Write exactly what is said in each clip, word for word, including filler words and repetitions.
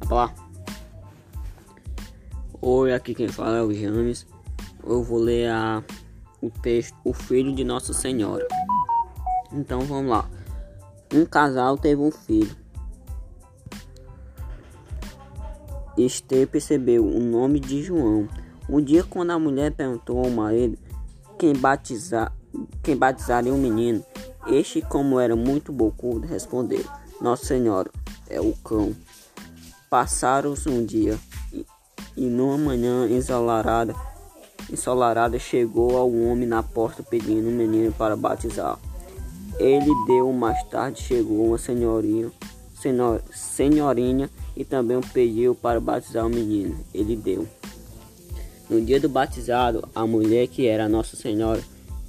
falar? Oi, aqui quem fala é o James. Eu vou ler a, o texto O Filho de Nossa Senhora. Então vamos lá. Um casal teve um filho. Este percebeu o nome de João. Um dia, quando a mulher perguntou ao marido quem, batizar, quem batizaria o menino, este, como era muito bocudo, respondeu: Nossa Senhora, é o cão. Passaram-se um dia e, e numa manhã ensolarada, ensolarada chegou ao homem na porta pedindo um menino para batizar. Ele deu. Mais tarde chegou uma senhorinha, senhor, senhorinha e também pediu para batizar o menino. Ele deu. No dia do batizado, a mulher, que era Nossa Senhora,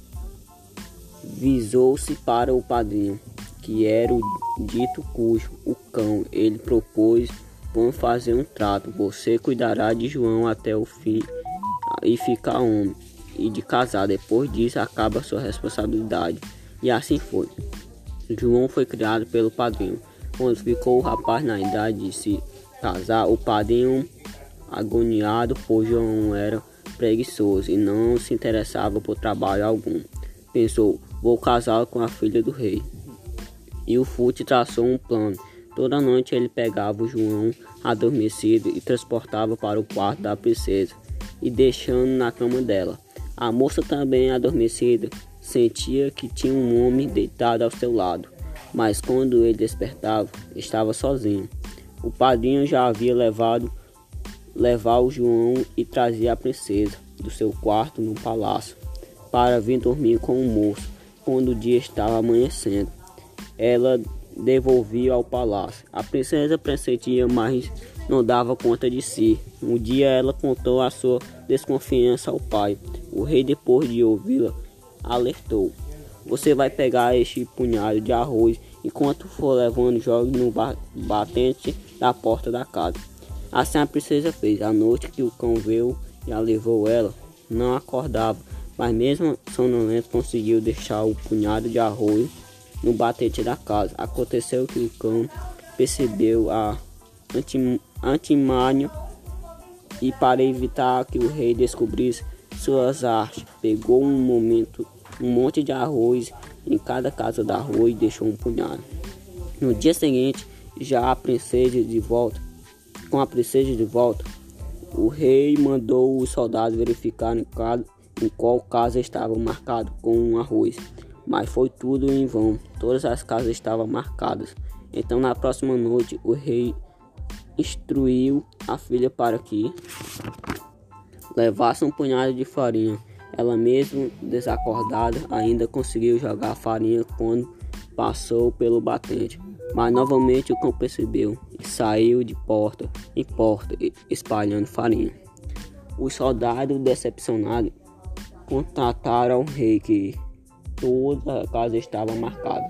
visou-se para o padrinho, que era o dito cujo, o cão. Ele propôs: vamos fazer um trato. Você cuidará de João até o fim e ficar homem e de casar. Depois disso, acaba a sua responsabilidade. E assim foi. João foi criado pelo padrinho. Quando ficou o rapaz na idade de se casar, o padrinho, agoniado, pois João era preguiçoso e não se interessava por trabalho algum, pensou: vou casá-lo com a filha do rei. E o fute traçou um plano. Toda noite ele pegava o João adormecido e transportava para o quarto da princesa, e deixando na cama dela. A moça, também adormecida, sentia que tinha um homem deitado ao seu lado, mas quando ele despertava, estava sozinho. O padrinho já havia levado levar o João e trazia a princesa do seu quarto no palácio para vir dormir com o moço. Quando o dia estava amanhecendo, ela devolvia ao palácio. A princesa pressentia, mas não dava conta de si. Um dia ela contou a sua desconfiança ao pai. O rei, depois de ouvi-la, alertou: você vai pegar este punhado de arroz, enquanto for levando, jogue no batente da porta da casa. Assim a princesa fez. À noite que o cão veio e a levou, ela não acordava, mas mesmo sonolento conseguiu deixar o punhado de arroz no batente da casa. Aconteceu que o cão percebeu a antimanha e, para evitar que o rei descobrisse suas artes, pegou um, momento, um monte de arroz em cada casa da rua e deixou um punhado. No dia seguinte, já a princesa de volta, com a princesa de volta, o rei mandou os soldados verificar em, cada, em qual casa estava marcado com um arroz, mas foi tudo em vão. Todas as casas estavam marcadas. Então, na próxima noite, o rei instruiu a filha para que levasse um punhado de farinha. Ela, mesmo desacordada, ainda conseguiu jogar a farinha quando passou pelo batente. Mas novamente o cão percebeu e saiu de porta em porta, espalhando farinha. Os soldados, decepcionados, constataram ao rei que toda a casa estava marcada.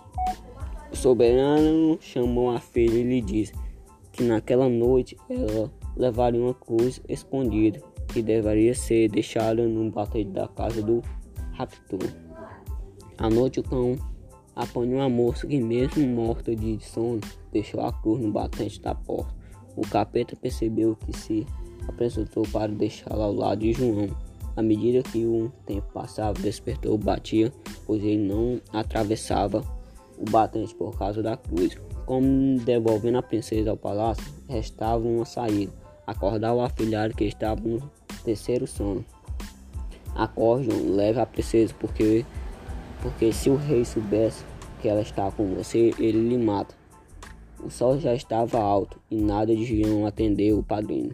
O soberano chamou a filha e lhe disse que naquela noite ela levaria uma cruz escondida, que deveria ser deixada no batente da casa do raptor. À noite o cão apanhou a moça, que, mesmo morta de sono, deixou a cruz no batente da porta. O capeta percebeu que se apresentou para deixá-la ao lado de João. À medida que o tempo passava, despertou, batia, pois ele não atravessava o batente por causa da cruz. Como devolvendo a princesa ao palácio, restava uma saída: acordar o afilhado, que estava no terceiro sono. Acorde, João, leve a princesa, porque Porque se o rei soubesse que ela está com você, ele lhe mata. O sol já estava alto e nada de João atender o padrinho.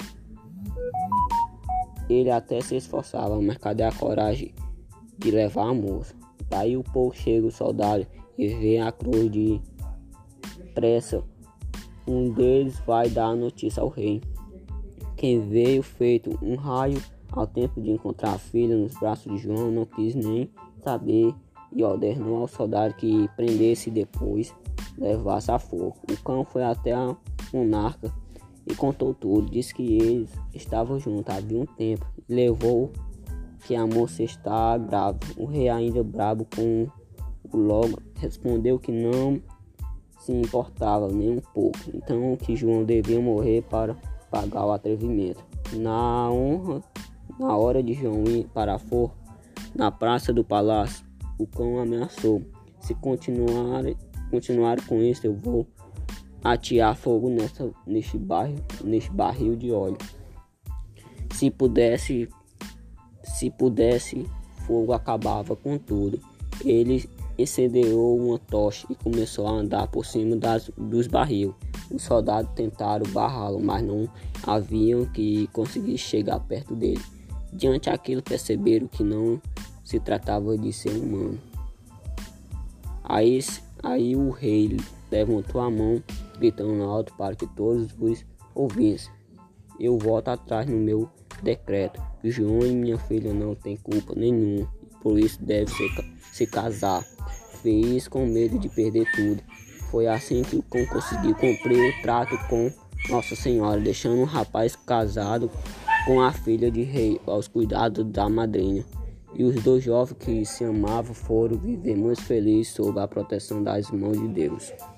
Ele até se esforçava, mas cadê a coragem de levar a moça? Daí o pouco chega o soldado e vê a cruz de pressa. Um deles vai dar a notícia ao rei. Quem veio feito um raio ao tempo de encontrar a filha nos braços de João não quis nem saber e ordenou ao soldado que prendesse e depois levasse a forca. O cão foi até a monarca e contou tudo. Disse que eles estavam juntos havia um tempo e levou que a moça está grávida. O rei, ainda bravo com o logo, respondeu que não se importava nem um pouco, então que João devia morrer para pagar o atrevimento. Na honra, na hora de João ir para a forca, na praça do palácio, o cão ameaçou: se continuar, continuar com isso, eu vou atear fogo nessa, neste, barril, neste barril de óleo. Se pudesse, se pudesse, fogo acabava com tudo. Ele incendiou uma tocha e começou a andar por cima das, dos barril. Os soldados tentaram barrá-lo, mas não haviam que conseguir chegar perto dele. Diante daquilo, perceberam que não se tratava de ser humano. Aí, aí o rei levantou a mão, gritando alto para que todos os ouvissem: eu volto atrás no meu decreto, que João e minha filha não têm culpa nenhuma, e por isso deve se, se casar. Fez com medo de perder tudo. Foi assim que o cão conseguiu cumprir o trato com Nossa Senhora, deixando o rapaz casado com a filha de rei aos cuidados da madrinha. E os dois jovens que se amavam foram viver muito felizes sob a proteção das mãos de Deus.